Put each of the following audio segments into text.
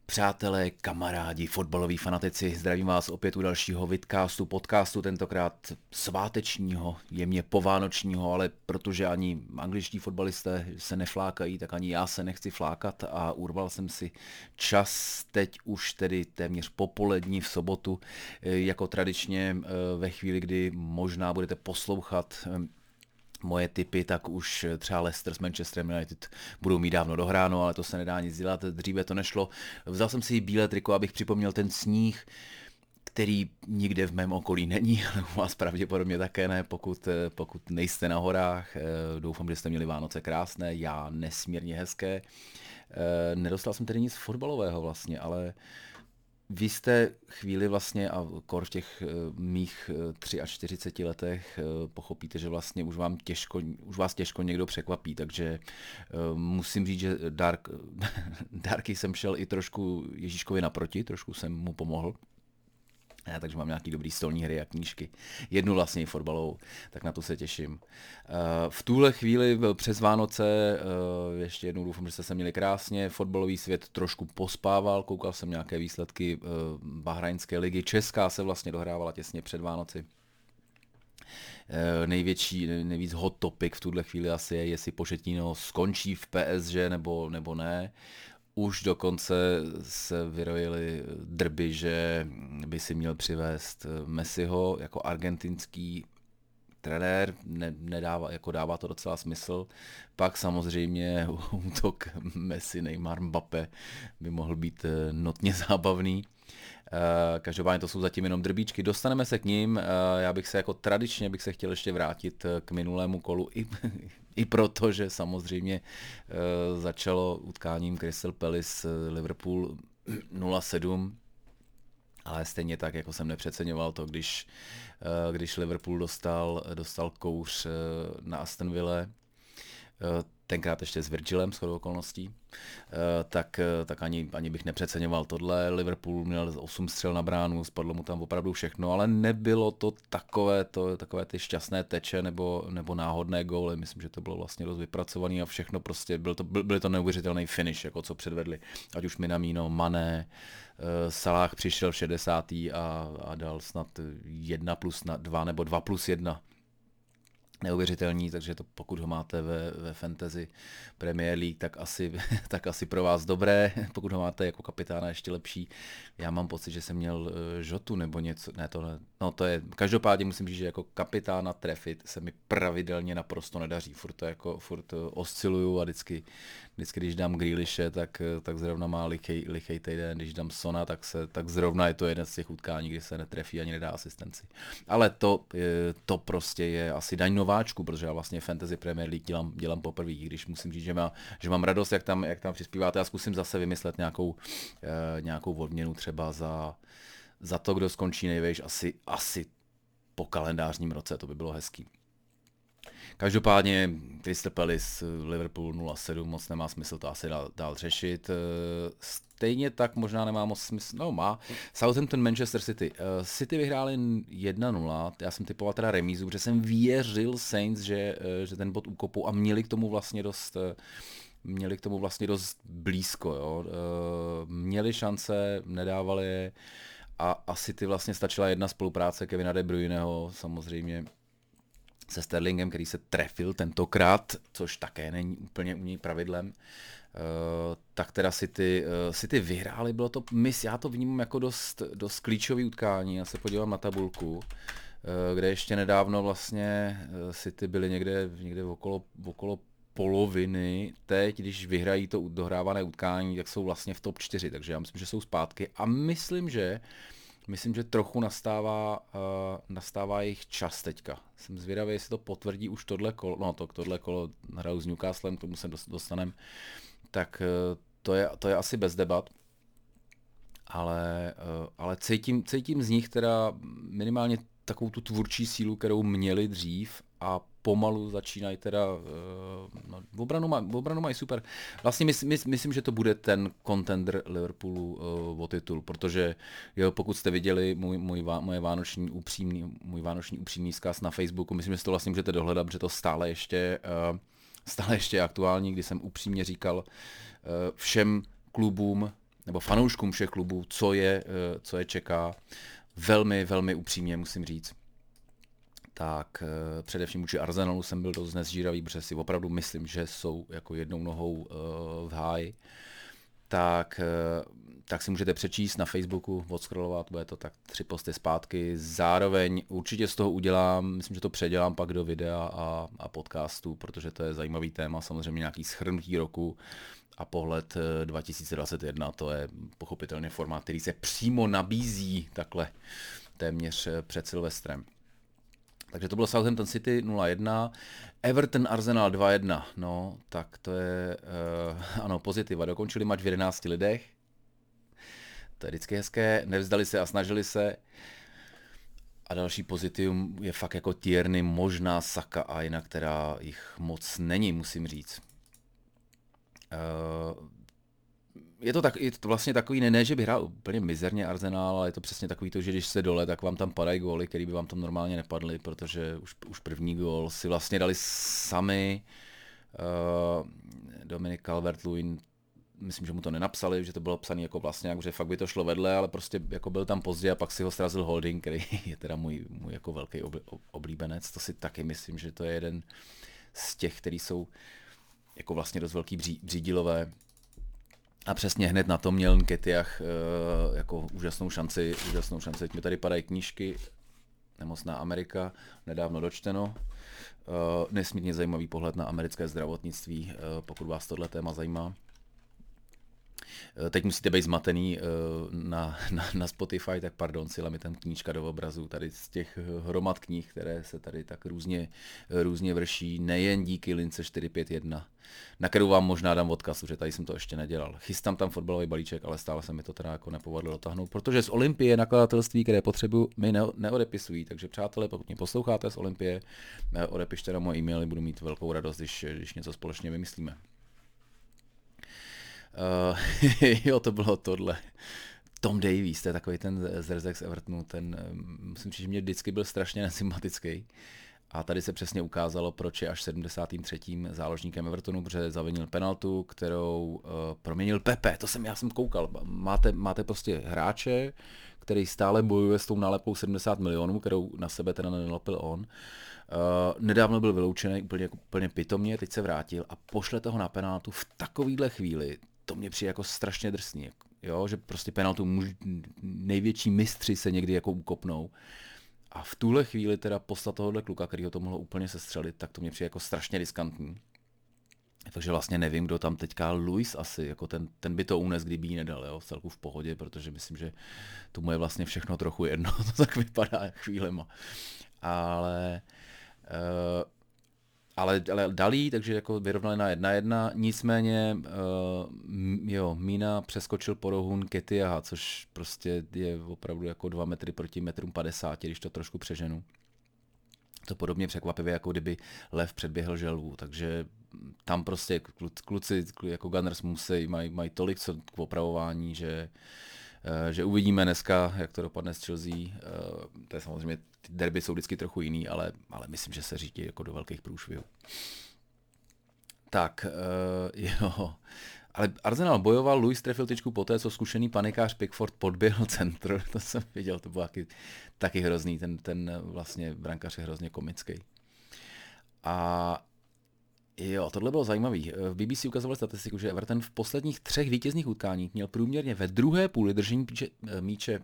Přátelé, kamarádi, fotbaloví fanatici, zdravím vás opět u dalšího vidcastu, podcastu, tentokrát svátečního, jemně povánočního, ale protože ani angličtí fotbalisté se neflákají, tak ani já se nechci flákat a urval jsem si čas teď už tedy téměř popolední v sobotu, jako tradičně ve chvíli, kdy možná budete poslouchat moje tipy, tak už třeba Leicester s Manchesterem United budou mít dávno dohráno, ale to se nedá nic dělat, dříve to nešlo. Vzal jsem si bílé triko, abych připomněl ten sníh, který nikde v mém okolí není, ale u vás pravděpodobně také ne, pokud nejste na horách. Doufám, že jste měli Vánoce krásné, já nesmírně hezké. Nedostal jsem tedy nic fotbalového vlastně, ale v jisté chvíli vlastně a kor v těch mých 43 letech pochopíte, že vlastně už vás těžko někdo překvapí, takže musím říct, že dárky jsem šel i trošku Ježíškovi naproti, trošku jsem mu pomohl. Takže mám nějaký dobrý stolní hry a knížky. Jednu vlastně i fotbalovou, tak na to se těším. V tuhle chvíli přes Vánoce, ještě jednou doufám, že jste se měli krásně, fotbalový svět trošku pospával, koukal jsem nějaké výsledky Bahrajnské ligy. Česká se vlastně dohrávala těsně před Vánoci. Nejvíc hot topic v tuhle chvíli asi je, jestli Pochettino skončí v PSG nebo ne. Už dokonce se vyrojily drby, že by si měl přivést Messiho jako argentinský trenér, dává to docela smysl. Pak samozřejmě útok Messi, Neymar, Mbappé by mohl být notně zábavný. Každopádně to jsou zatím jenom drbíčky, dostaneme se k ním, já bych se jako tradičně chtěl ještě vrátit k minulému kolu, i proto, že samozřejmě začalo utkáním Crystal Palace Liverpool 0-7, ale stejně tak, jako jsem nepřeceňoval to, když Liverpool dostal kouř na Aston Villa, tenkrát ještě s Virgilem shodou okolností, tak ani bych nepřeceňoval tohle. Liverpool měl 8 střel na bránu, spadlo mu tam opravdu všechno, ale nebylo to takové ty šťastné teče nebo náhodné góly. Myslím, že to bylo vlastně dost vypracovaný a všechno prostě, byl to neuvěřitelný finish, jako co předvedli. Ať už Minamino, Mané, Salah přišel v 60. a dal snad 1+2 nebo 2+1. Neuvěřitelný, takže to pokud ho máte ve Fantasy Premier League, tak asi pro vás dobré, pokud ho máte jako kapitána ještě lepší. Já mám pocit, že jsem měl Žotu nebo něco, to je, každopádně musím říct, že jako kapitána trefit se mi pravidelně naprosto nedaří, furt osciluju a vždycky když dám Grealishe, tak zrovna má lichej týden, když dám Sona, tak zrovna je to jeden z těch utkání, kdy se netrefí ani nedá asistenci. Ale to prostě je asi daň nováčku, protože já vlastně Fantasy Premier League dělám poprvé, když musím říct, že mám radost, jak tam přispíváte a zkusím zase vymyslet nějakou odměnu třeba za to, kdo skončí nejvejš, asi po kalendářním roce, to by bylo hezký. Každopádně Crystal Palace, Liverpool 0-7, moc nemá smysl to asi dál řešit. Stejně tak možná nemá moc smysl, má. Southampton, Manchester City. City vyhráli 1-0, já jsem typoval teda remízu, protože jsem věřil Saints, že ten bod ukopou a měli k tomu vlastně dost blízko. Jo. Měli šance, nedávali je a asi ty vlastně stačila jedna spolupráce Kevina De Bruyneho, samozřejmě se Sterlingem, který se trefil tentokrát, což také není úplně u něj pravidlem, tak teda City vyhráli, bylo to, já to vnímám jako dost klíčový utkání, já se podívám na tabulku, kde ještě nedávno vlastně City byli někde okolo poloviny, teď, když vyhrají to dohrávané utkání, tak jsou vlastně v top 4, takže já myslím, že jsou zpátky a myslím, že trochu nastává jejich čas teďka. Jsem zvědavý, jestli to potvrdí už tohle kolo hraju s Newcastlem, k tomu se dostanem, tak to je asi bez debat. Ale cítím z nich teda minimálně takovou tu tvůrčí sílu, kterou měli dřív a pomalu začínají teda, v obranu mají super. Vlastně myslím, že to bude ten contender Liverpoolu o titul, protože pokud jste viděli můj vánoční upřímný vzkaz na Facebooku, myslím, že si to vlastně můžete dohledat, protože to stále ještě je aktuální, kdy jsem upřímně říkal všem klubům nebo fanouškům všech klubů, co je čeká. Velmi, velmi upřímně musím říct. Tak především vůči Arsenalu jsem byl dost nesžíravý, protože si opravdu myslím, že jsou jako jednou nohou v háji. Tak si můžete přečíst na Facebooku, odscrollovat, bude to tak 3 posty zpátky. Zároveň určitě z toho udělám, myslím, že to předělám pak do videa a podcastu, protože to je zajímavý téma, samozřejmě nějaký shrnutí roku a pohled 2021, to je pochopitelně formát, který se přímo nabízí takhle téměř před Silvestrem. Takže to bylo Southampton City 0-1, Everton Arsenal 2-1, no, tak to je, ano, pozitiva, dokončili mač v 11 lidech, to je vždycky hezké, nevzdali se a snažili se. A další pozitivum je fakt jako Tierney, možná Saka a jinak, která jich moc není, musím říct. Je to vlastně takový, ne, že by hrál úplně mizerně Arsenal, ale je to přesně takový to, že když se dole, tak vám tam padají góly, které by vám tam normálně nepadly, protože už první gól si vlastně dali sami. Dominic Calvert-Lewin, myslím, že mu to nenapsali, že to bylo psané jako vlastně, že fakt by to šlo vedle, ale prostě jako byl tam pozdě a pak si ho srazil Holding, který je teda můj jako velký oblíbenec. To si taky myslím, že to je jeden z těch, který jsou jako vlastně dost velký břídilové. A přesně hned na to měl Nketiah jako úžasnou šanci. Teď mi tady padají knížky, Nemocná Amerika, nedávno dočteno. Nesmírně zajímavý pohled na americké zdravotnictví, pokud vás tohle téma zajímá. Teď musíte být zmatený na Spotify, tak pardon, sila mi tam knížka do obrazu, tady z těch hromad knih, které se tady tak různě vrší, nejen díky lince 451, na kterou vám možná dám odkaz, že tady jsem to ještě nedělal. Chystám tam fotbalový balíček, ale stále se mi to teda jako nepovedlo dotáhnout, protože z Olympie nakladatelství, které potřebuji, mi neodepisují, takže přátelé, pokud mě posloucháte z Olympie, odepište na moje e-maily, budu mít velkou radost, když něco společně vymyslíme. Jo, to bylo tohle. Tom Davies, to je takový ten zrzek z Evertonu, ten musím říct, že mě vždycky byl strašně nesympatický. A tady se přesně ukázalo, proč je až 73. záložníkem Evertonu, protože zavinil penaltu, kterou proměnil Pepe. Já jsem koukal. Máte prostě hráče, který stále bojuje s tou nálepkou 70 milionů, kterou na sebe teda nenalepil on. Nedávno byl vyloučený úplně pitomně, teď se vrátil a pošlete ho na penaltu v takovýhle chvíli. To mě přijde jako strašně drsný, jo? Že prostě penaltu největší mistři se někdy jako ukopnou. A v tuhle chvíli teda poslat tohohle kluka, který ho to mohlo úplně sestřelit, tak to mě přijde jako strašně riskantní. Takže vlastně nevím, kdo tam teďka, Luis asi, jako ten by to unes, kdyby jí nedal, jo? Celku v pohodě, protože myslím, že tomu je vlastně všechno trochu jedno, to tak vypadá chvílema. Ale dali, takže jako vyrovnali na 1-1, nicméně Mina přeskočil po rohu Nketiaha, což prostě je opravdu jako 2 metry proti 1,50 m, když to trošku přeženu. To podobně překvapivě, jako kdyby lev předběhl želvu, takže tam prostě kluci jako Gunners mají tolik co k opravování, že uvidíme dneska, jak to dopadne s Chelsea. To je samozřejmě, ty derby jsou vždycky trochu jiný, ale myslím, že se řídí jako do velkých průšvihů. Tak, jo. Ale Arsenal bojoval, Luis trefil tyčku poté, co zkušený panikář Pickford podběhl centr. To jsem viděl, to bylo taky hrozný, ten vlastně brankář je hrozně komický. A jo, tohle bylo zajímavý. V BBC ukazovali statistiku, že Everton v posledních 3 vítězných utkáních měl průměrně ve druhé půli držení míče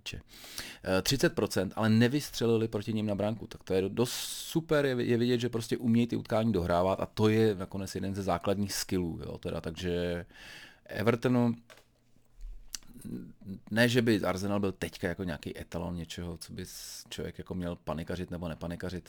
30%, ale nevystřelili proti nim na branku. Tak to je dost super, je vidět, že prostě umějí ty utkání dohrávat a to je nakonec jeden ze základních skillů. Jo, teda, takže Evertonu, ne, že by Arsenal byl teďka jako nějaký etalon něčeho, co by člověk jako měl panikařit nebo nepanikařit,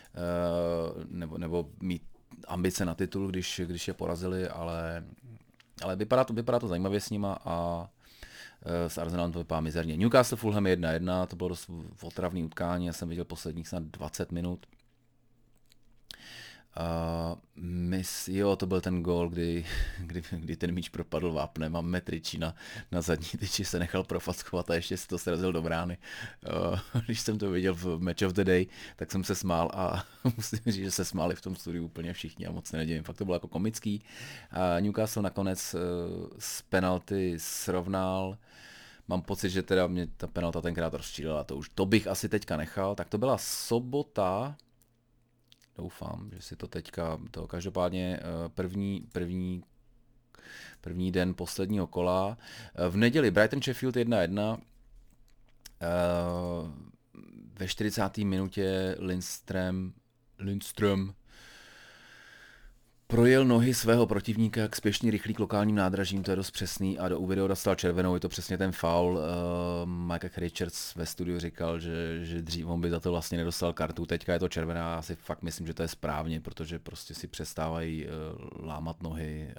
nebo mít ambice na titul, když je porazili, ale vypadá to zajímavě s nima a s Arsenalem to vypadá mizerně. Newcastle Fulham 1-1, to bylo dost otravný utkání, já jsem viděl posledních snad 20 minut. Jo, to byl ten gól, kdy ten míč propadl vápnem a Metričí na zadní tyči se nechal profackovat a ještě si to srazil do brány. Když jsem to viděl v Match of the Day, tak jsem se smál a musím říct, že se smáli v tom studiu úplně všichni a moc se nedivím. Fakt to bylo jako komický. Newcastle nakonec z penalty srovnal. Mám pocit, že teda mě ta penalta tenkrát rozčílila, to bych asi teďka nechal. Tak to byla sobota. Doufám, že si to teďka, každopádně první den posledního kola. V neděli Brighton Sheffield 1-1. Ve 40. minutě Lindström projel nohy svého protivníka k spěšně rychlý lokálním nádražím, to je dost přesný, a do video dostal červenou, je to přesně ten faul. Michael Richards ve studiu říkal, že dřív on by za to vlastně nedostal kartu, teďka je to červená, já si fakt myslím, že to je správně, protože prostě si přestávají lámat nohy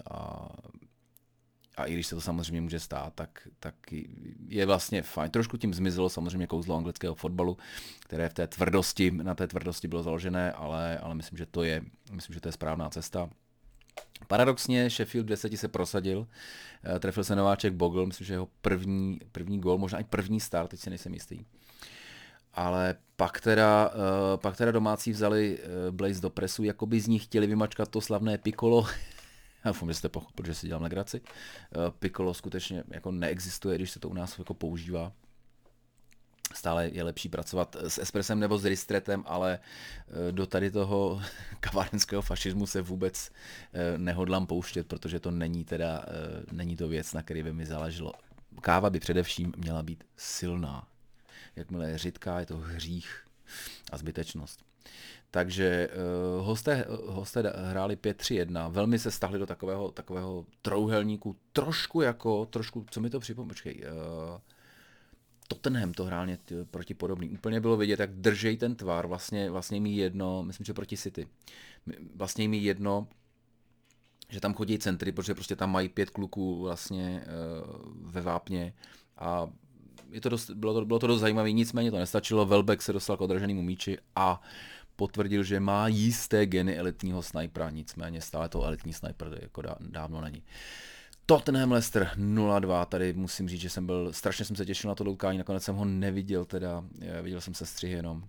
a i když se to samozřejmě může stát, tak je vlastně fajn. Trošku tím zmizelo samozřejmě kouzlo anglického fotbalu, které na té tvrdosti bylo založené, ale myslím, že to je správná cesta. Paradoxně Sheffield 10 se prosadil, trefil se nováček Bogle, myslím, že jeho první gól, možná i první start, teď si nejsem jistý. Ale pak teda domácí vzali Blaze do presu, jako by z nich chtěli vymačkat to slavné Piccolo. Doufám, že jste pochopili, že si dělám legraci. Piccolo skutečně jako neexistuje, když se to u nás jako používá. Stále je lepší pracovat s espresem nebo s ristretem, ale do tady toho kavárenského fašismu se vůbec nehodlám pouštět, protože to není to věc, na který by mi záleželo. Káva by především měla být silná. Jakmile je řidká, je to hřích a zbytečnost. Takže hosté hráli 5-3-1, velmi se stahli do takového trouhelníku, trošku, co mi to připomíná, Tottenham to hrál protipodobný. Úplně bylo vidět, jak držej ten tvar, vlastně mi jedno, myslím, že proti City. Vlastně mi jedno, že tam chodí centry, protože prostě tam mají 5 kluků vlastně ve vápně a bylo to dost zajímavé, nicméně to nestačilo. Welbeck se dostal k odraženému míči a potvrdil, že má jisté geny elitního snajpera, nicméně stále to elitní snajper jako dávno není. Tottenham Leicester 0-2, tady musím říct, že strašně jsem se těšil na to utkání, nakonec jsem ho neviděl, viděl jsem se střihy jenom.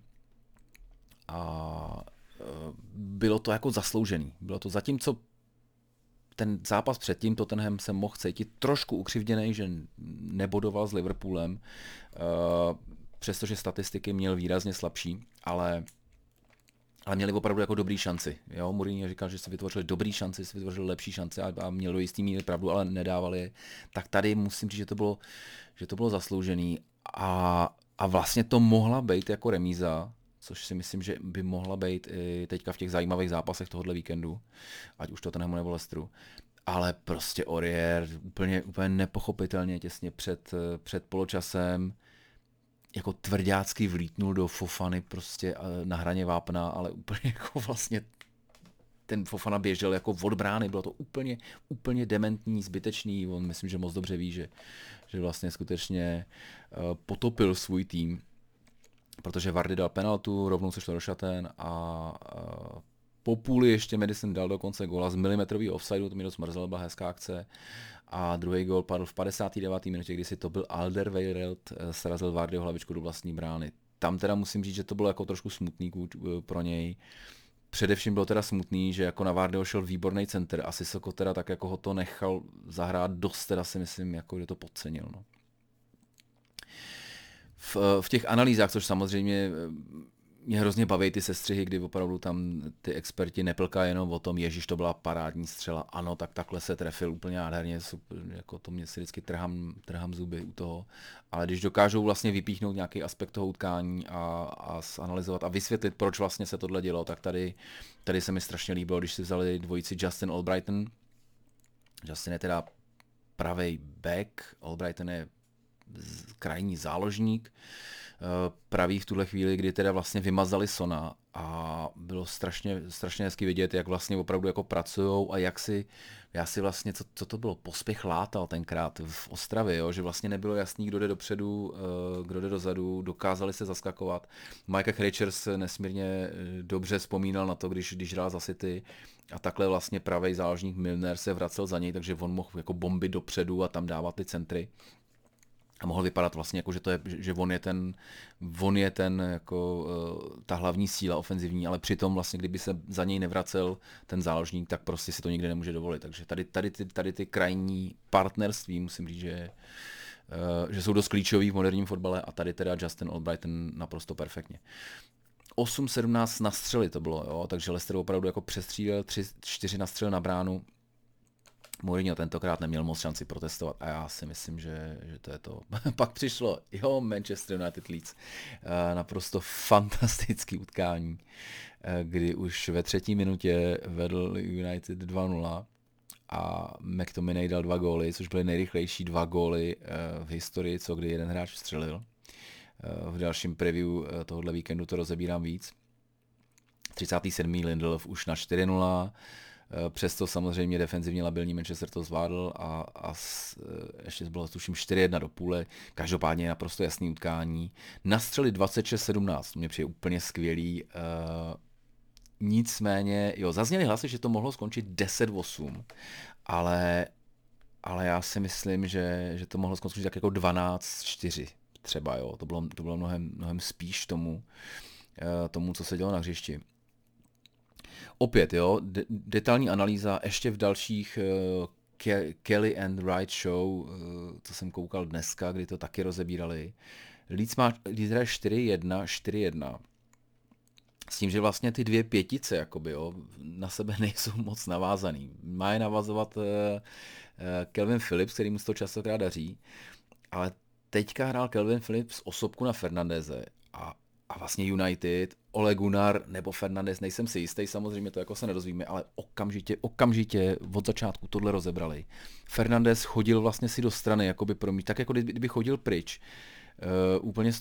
A bylo to jako zasloužený, bylo to zatímco ten zápas předtím Tottenham se mohl cítit trošku ukřivděnej, že nebodoval s Liverpoolem, přestože statistiky měl výrazně slabší, ale měli opravdu jako dobrý šanci. Jo? Mourinho říkal, že si vytvořili dobrý šanci, si vytvořili lepší šanci a měl do jistý míry pravdu, ale nedávali je. Tak tady musím říct, že to bylo zasloužený a vlastně to mohla být jako remíza, což si myslím, že by mohla být i teďka v těch zajímavých zápasech tohohle víkendu, ať už Tottenhamu nebo Leicesteru. Ale prostě Aurier úplně nepochopitelně těsně před poločasem jako tvrďácky vlítnul do Fofany prostě na hraně vápna, ale úplně jako vlastně ten Fofana běžel jako od brány, bylo to úplně dementní, zbytečný, on myslím, že moc dobře ví, že vlastně skutečně potopil svůj tým, protože Vardy dal penaltu, rovnou se šlo do šaten a po půli ještě Madison dal dokonce góla z milimetrového offsideu, to mi dost mrzelo, byla hezká akce. A druhý gól padl v 59. minutě, kdy si to byl Alderweireld, srazil Vardyho hlavičku do vlastní brány. Tam teda musím říct, že to bylo jako trošku smutný pro něj. Především bylo teda smutný, že jako na Vardyho šel výborný center a Sissoko teda tak jako ho to nechal zahrát dost, teda si myslím, jako že to podcenil. No. V těch analýzách, což samozřejmě mě hrozně baví ty sestřihy, kdy opravdu tam ty experti neplkají jenom o tom, ježiš, to byla parádní střela, ano, tak takhle se trefil úplně nádherně, jako to mě si vždycky trhám zuby u toho, ale když dokážou vlastně vypíchnout nějaký aspekt toho utkání a zanalyzovat a vysvětlit, proč vlastně se tohle dělo, tak tady se mi strašně líbilo, když si vzali dvojici Justin Albrighton. Justin je teda pravej back, Albrighton je krajní záložník, pravý v tuhle chvíli, kdy teda vlastně vymazali Sona a bylo strašně hezky vidět, jak vlastně opravdu jako pracujou a já si vlastně, co to bylo, pospěch látal tenkrát v Ostravě, jo? Že vlastně nebylo jasný, kdo jde dopředu, kdo jde dozadu, dokázali se zaskakovat. Michael Richards nesmírně dobře vzpomínal na to, když hrál za City a takhle vlastně pravej záložník Milner se vracel za něj, takže on mohl jako bombit dopředu a tam dávat ty centry. A mohl vypadat vlastně jako, že on je ten jako ta hlavní síla ofenzivní, ale přitom vlastně, kdyby se za něj nevracel ten záložník, tak prostě si to nikdy nemůže dovolit. Takže tady ty krajní partnerství, musím říct, že jsou dost klíčový v moderním fotbale a tady teda Justin Albright ten naprosto perfektně. 8-17 na střely to bylo, jo, takže Leicester opravdu jako přestřílel 3-4 na střel na bránu. Mourinho tentokrát neměl moc šanci protestovat a já si myslím, že to je to. Pak přišlo, Manchester United Leeds. Naprosto fantastický utkání, kdy už ve 3. minutě vedl United 2-0 a McTominay dal 2 góly, což byly nejrychlejší 2 góly v historii, co kdy jeden hráč vstřelil. V dalším preview tohohle víkendu to rozebírám víc. 37. Lindelof už na 4-0. Přesto samozřejmě defenzivně labilní Manchester to zvládl a ještě bylo tuším 4-1 do půle. Každopádně naprosto jasný utkání. Na střely 26-17, to mě přijde úplně skvělý. Nicméně, zazněly hlasy, že to mohlo skončit 10-8, ale já si myslím, že to mohlo skončit tak jako 12-4 třeba, jo. To bylo mnohem spíš tomu, co se dělo na hřišti. Opět, detailní analýza ještě v dalších Kelly and Wright show, co jsem koukal dneska, kdy to taky rozebírali. Leeds hraje 4-1, s tím, že vlastně ty dvě pětice jakoby, na sebe nejsou moc navázaný. Má je navazovat Calvin Phillips, který mu to častokrát daří, ale teďka hrál Calvin Phillips osobku na Fernandeze a vlastně United, Ole Gunnar nebo Fernandes, nejsem si jistý, samozřejmě to jako se nedozvíme, ale okamžitě od začátku tohle rozebrali. Fernandes chodil vlastně si do strany, jakoby tak jako kdyby chodil pryč, úplně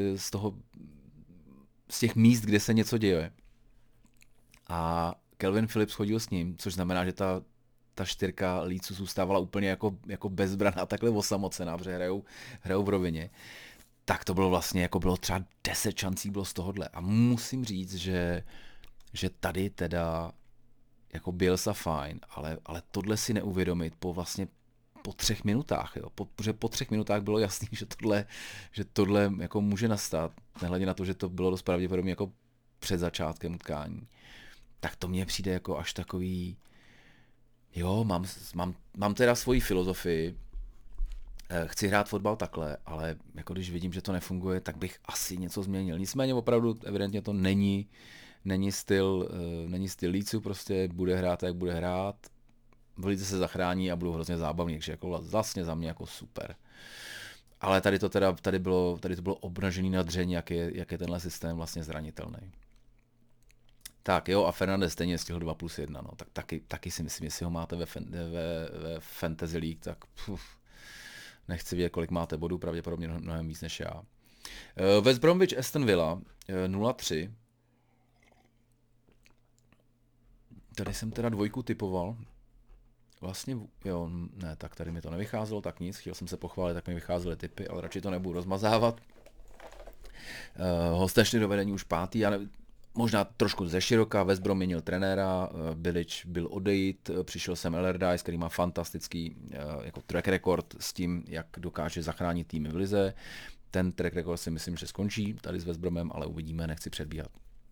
z těch míst, kde se něco děje. A Calvin Phillips chodil s ním, což znamená, že ta čtyřka Leedsu zůstávala úplně jako bezbranná, takhle osamocená, protože hrajou v rovině. Tak to bylo vlastně, bylo třeba 10 šancí bylo z tohohle. A musím říct, že tady teda jako Bielsa fajn, ale tohle si neuvědomit po 3 minutách, protože po 3 minutách bylo jasný, že tohle jako může nastat, nehledě na to, že to bylo dost pravděpodobně jako před začátkem utkání. Tak to mně přijde jako až takový, mám teda svoji filozofii, chci hrát fotbal takhle, ale jako když vidím, že to nefunguje, tak bych asi něco změnil. Nicméně opravdu evidentně to není styl Leedsu, prostě bude hrát, jak bude hrát. V lize se zachrání a budou hrozně zábavní, takže jako vlastně za mě jako super. Ale tady to bylo obnažený na dřeň, jak je tenhle systém vlastně zranitelný. Tak a Fernandes stejně stihl 2+1, no, tak taky si myslím, jestli ho máte ve Fantasy League, tak nechci vědět, kolik máte bodů, pravděpodobně mnohem víc než já. West Bromwich Aston Villa 0-3. Tady jsem teda 2 typoval. Vlastně, tak tady mi to nevycházelo, tak nic, chtěl jsem se pochválit, tak mi vycházely tipy, ale radši to nebudu rozmazávat. Hosté šli do vedení už 5. Možná trošku ze široka, West Brom měnil trenéra, Bilic byl odejít, přišel sem Allardyce, který má fantastický jako track record s tím, jak dokáže zachránit týmy v lize. Ten track record si myslím, že skončí tady s West Bromem, ale uvidíme, nechci předbíhat.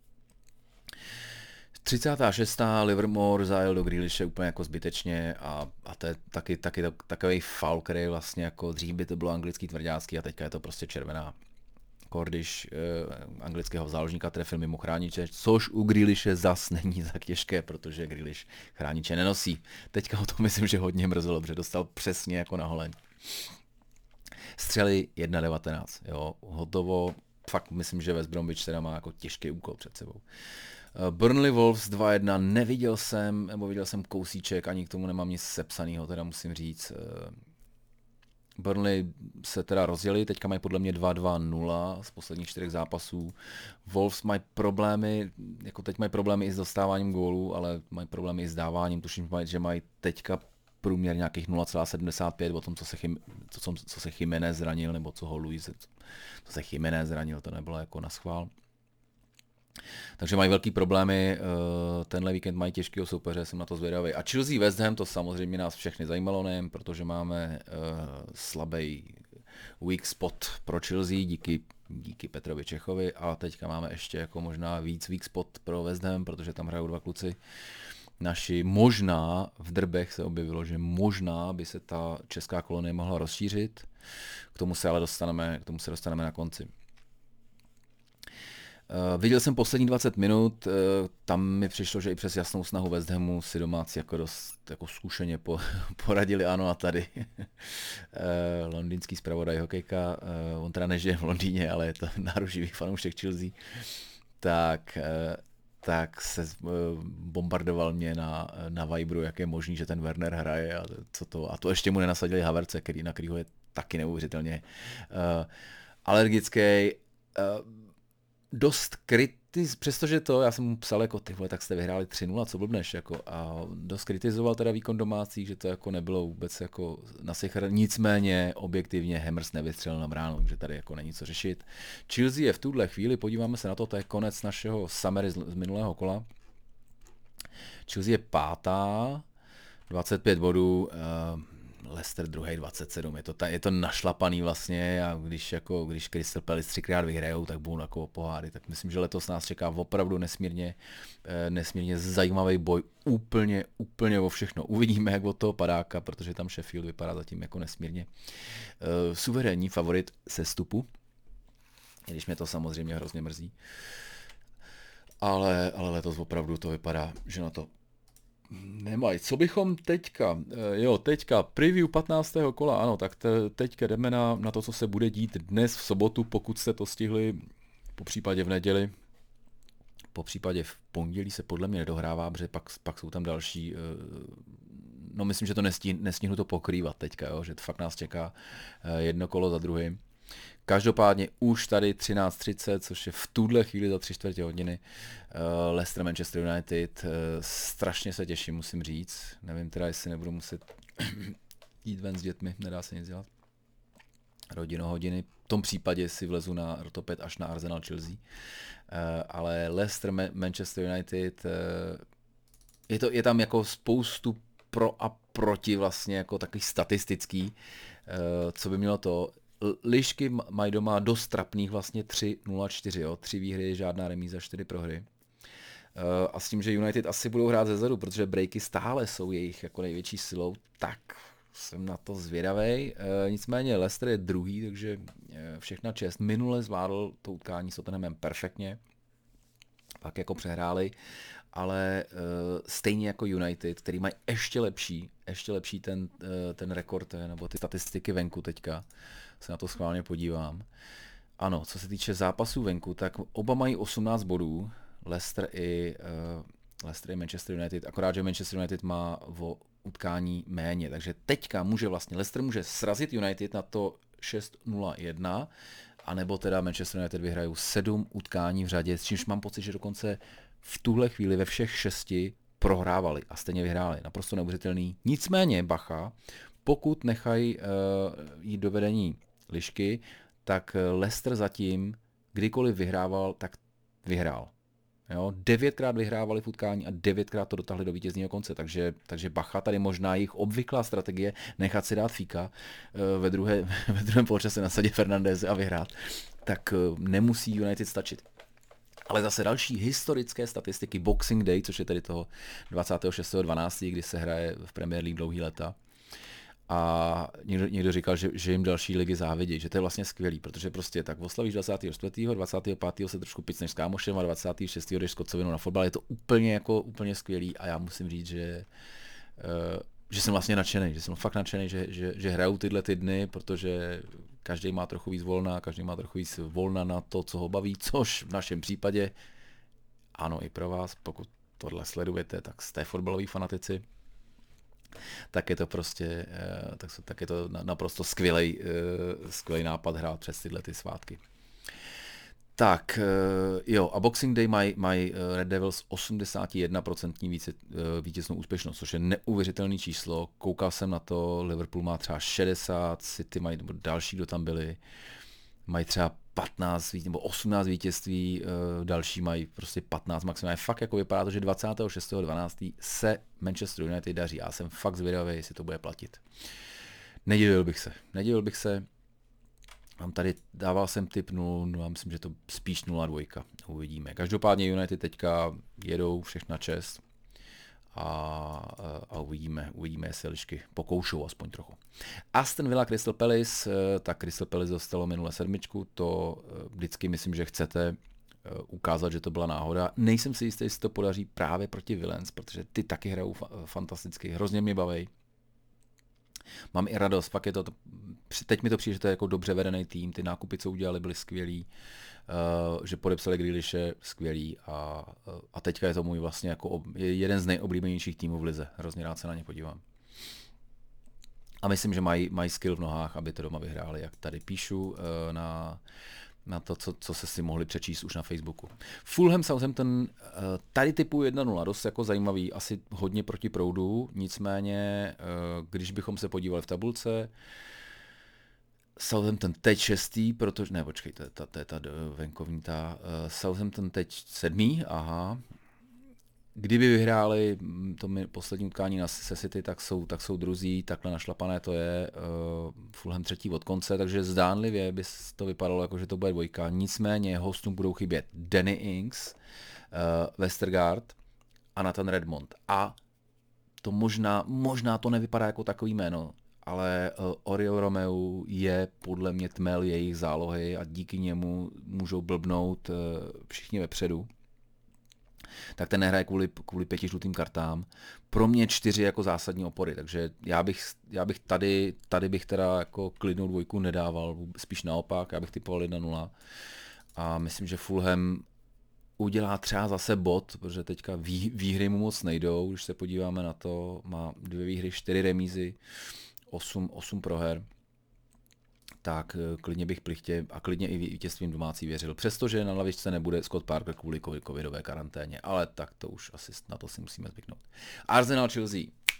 36. Livermore zajel do Grealishe úplně jako zbytečně a to je taky takový faul, který vlastně jako dřív by to bylo anglický tvrďácký a teďka je to prostě červená. Když anglického záložníka trefil mimo chrániče, což u Grealishe zas není tak těžké, protože Grealish chrániče nenosí. Teďka o to myslím, že hodně mrzelo, protože dostal přesně jako na holeň. Střely 1-19, hotovo. Fakt myslím, že West Bromwich teda má jako těžký úkol před sebou. Burnley Wolves 2-1, viděl jsem kousíček, ani k tomu nemám nic sepsanýho, teda musím říct. Burnley se teda rozjeli, teďka mají podle mě 2-2-0 z posledních 4 zápasů. Wolves mají problémy, jako teď mají problémy i s dostáváním gólů, ale mají problémy i s dáváním. Tuším, že mají teďka průměr nějakých 0,75 o tom, co se Jiménez zranil, nebo co ho Luis, co se Jiménez zranil, to nebylo jako na schvál. Takže mají velký problémy, tenhle víkend mají těžkého soupeře, jsem na to zvědavý. A Chelsea West Ham, to samozřejmě nás všechny zajímalo, nejen protože máme slabý weak spot pro Chelsea díky Petrovi Čechovi, a teďka máme ještě jako možná víc weak spot pro West Ham, protože tam hrajou 2 kluci naši. Možná v drbech se objevilo, že možná by se ta česká kolonie mohla rozšířit, k tomu se dostaneme na konci. Viděl jsem poslední 20 minut, tam mi přišlo, že i přes jasnou snahu West Hamu si domácí jako dost jako zkušeně poradili ano a tady. Londýnský zpravodaj hokejka, on teda nežije v Londýně, ale je to náruživý fanoušek Chelsea, tak se bombardoval mě na Viberu, jak je možný, že ten Werner hraje a to ještě mu nenasadili Havertze, na kterýho je taky neuvěřitelně alergický. Dost přestože to, já jsem mu psal jako ty vole, tak jste vyhráli 3-0, co blbneš, jako, a dost kritizoval teda výkon domácí, že to jako nebylo vůbec jako na sichr, nicméně objektivně Hammers nevystřelil na bránu, takže tady jako není co řešit. Chelsea je v tuhle chvíli, podíváme se na to je konec našeho summary z minulého kola. Chelsea je 5., 25 bodů, Leicester druhý 27, je to našlapaný vlastně, a když Crystal Palace 3krát vyhrajou, tak budou jako poháry, tak myslím, že letos nás čeká opravdu nesmírně zajímavý boj, úplně o všechno. Uvidíme, jak od toho padáka, protože tam Sheffield vypadá zatím jako nesmírně suverénní favorit sestupu, i když mě to samozřejmě hrozně mrzí. Ale letos opravdu to vypadá, že na to nemají. Co bychom teďka, preview 15. kola, ano, tak teďka jdeme na to, co se bude dít dnes v sobotu, pokud jste to stihli, po případě v neděli, po případě v pondělí se podle mě nedohrává, protože pak jsou tam další, no myslím, že to nestihnu to pokrývat teďka, jo, že fakt nás čeká jedno kolo za druhým. Každopádně už tady 13:30, což je v tuhle chvíli za 3/4 hodiny, Leicester Manchester United, strašně se těším, musím říct, nevím teda, jestli nebudu muset jít ven s dětmi, nedá se nic dělat, rodinohodiny, v tom případě si vlezu na Rotopet až na Arsenal Chelsea, ale Leicester Manchester United, je tam jako spoustu pro a proti vlastně jako takový statistický, co by mělo to. Lišky mají doma dost trapných vlastně 3-0-4, jo? 3 výhry, žádná remíza, 4 prohry. A s tím, že United asi budou hrát zezadu, protože breaky stále jsou jejich jako největší silou, tak jsem na to zvědavej. Nicméně Leicester je druhý, takže všechna čest. Minule zvládl to utkání s Tottenhamem perfektně, pak jako přehráli, ale stejně jako United, který mají ještě lepší ten rekord, nebo ty statistiky venku teďka, se na to schválně podívám. Ano, co se týče zápasů venku, tak oba mají 18 bodů, Leicester i Manchester United, akorát, že Manchester United má o utkání méně, takže teďka Leicester může srazit United na to 6-0-1, anebo teda Manchester United vyhrajou 7 utkání v řadě, s čímž mám pocit, že dokonce v tuhle chvíli ve všech 6 prohrávali a stejně vyhráli. Naprosto neuvěřitelný. Nicméně, bacha, pokud nechají jít do vedení lišky, tak Leicester zatím, kdykoliv vyhrával, tak vyhrál. Jo? 9krát vyhrávali v utkání a 9krát to dotáhli do vítězního konce, takže bacha, tady možná jejich obvyklá strategie nechat si dát fíka ve druhém poločase nasadit Fernandeze a vyhrát, tak nemusí United stačit. Ale zase další historické statistiky Boxing Day, což je tedy toho 26.12., kdy se hraje v Premier League dlouhý léta. A někdo říkal, že jim další ligy závidí, že to je vlastně skvělý, protože prostě tak oslavíš 24., 25. se trošku picneš s kámošem a 26. jdeš s kocovinu na fotbal, je to úplně skvělý a já musím říct, že jsem vlastně nadšený, že jsem fakt nadšený, že hrajou tyhle ty dny, protože každý má trochu víc volna na to, co ho baví, což v našem případě, ano i pro vás, pokud tohle sledujete, tak jste fotbaloví fanatici, tak je to prostě, tak je to naprosto skvělý nápad hrát přes tyhle ty svátky. Tak, jo, a Boxing Day mají Red Devils 81% vítěznou úspěšnost, což je neuvěřitelný číslo. Koukal jsem na to, Liverpool má třeba 60, City mají, nebo další, kdo tam byli, mají třeba 15 nebo 18 vítězství, další mají prostě 15 maximálně. Fakt jako vypadá to, že 26.12. se Manchester United daří. Já jsem fakt zvědavý, jestli to bude platit. Nedivil bych se. Mám tady, dával jsem tip 0, myslím, že to spíš 0-2. Uvidíme. Každopádně United teďka jedou všechna čest a uvidíme, jestli lišky pokoušou aspoň trochu. Aston Villa Crystal Palace, tak Crystal Palace dostalo minule 7, to vždycky myslím, že chcete ukázat, že to byla náhoda. Nejsem si jistý, jestli to podaří právě proti Villans, protože ty taky hrajou fantasticky, hrozně mě baví. Mám i radost, fakt je to, teď mi to přijde, že to je jako dobře vedený tým, ty nákupy, co udělali, byly skvělý, že podepsali Grealishe, skvělý a teďka je to můj vlastně jako jeden z nejoblíbenějších týmů v lize, hrozně rád se na ně podívám. A myslím, že mají skill v nohách, aby to doma vyhráli, jak tady píšu na to, co se si mohli přečíst už na Facebooku. Fulham Southampton, tady typu 1-0, dost jako zajímavý, asi hodně proti proudu, nicméně, když bychom se podívali v tabulce, Southampton teď 6. protože, ne počkej, to je ta venkovní Southampton teď 7. Aha. Kdyby vyhráli to poslední utkání se City, tak jsou druzí, takhle našlapané to je, Fulham 3. od konce, takže zdánlivě by to vypadalo jako, že to bude 2. Nicméně hostům budou chybět Danny Ings, Westergaard a Nathan Redmond. A to možná to nevypadá jako takový jméno, ale Oriol Romeu je podle mě tmel jejich zálohy a díky němu můžou blbnout všichni vepředu. Tak ten nehraje kvůli 5 žlutým kartám. Pro mě 4 jako zásadní opory, takže já bych tady bych teda jako klidnou 2 nedával, spíš naopak, já bych typoval 1-0 a myslím, že Fulham udělá třeba zase bod, protože teďka výhry mu moc nejdou, když se podíváme na to, má 2 výhry, 4 remízy, 8 proher. Tak klidně bych plichtě a klidně i vítězstvím domácí věřil. Přestože na lavičce nebude Scott Parker kvůli covidové karanténě, ale tak to už asi na to si musíme zvyknout. Arsenal Chelsea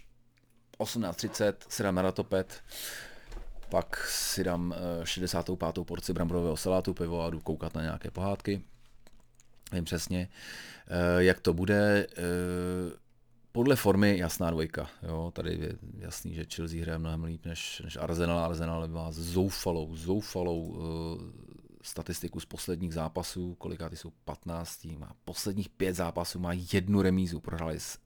18:30 si dám na Ratopet, pak si dám 65. porci bramborového salátu, pivo a jdu koukat na nějaké pohádky. Vím přesně, jak to bude. Podle formy jasná 2. Jo, tady je jasný, že Chelsea hraje mnohem líp než Arsenal. Arsenal má zoufalou statistiku z posledních zápasů, koliká ty jsou 15. Má posledních 5 zápasů, má 1 remízu. Prohráli s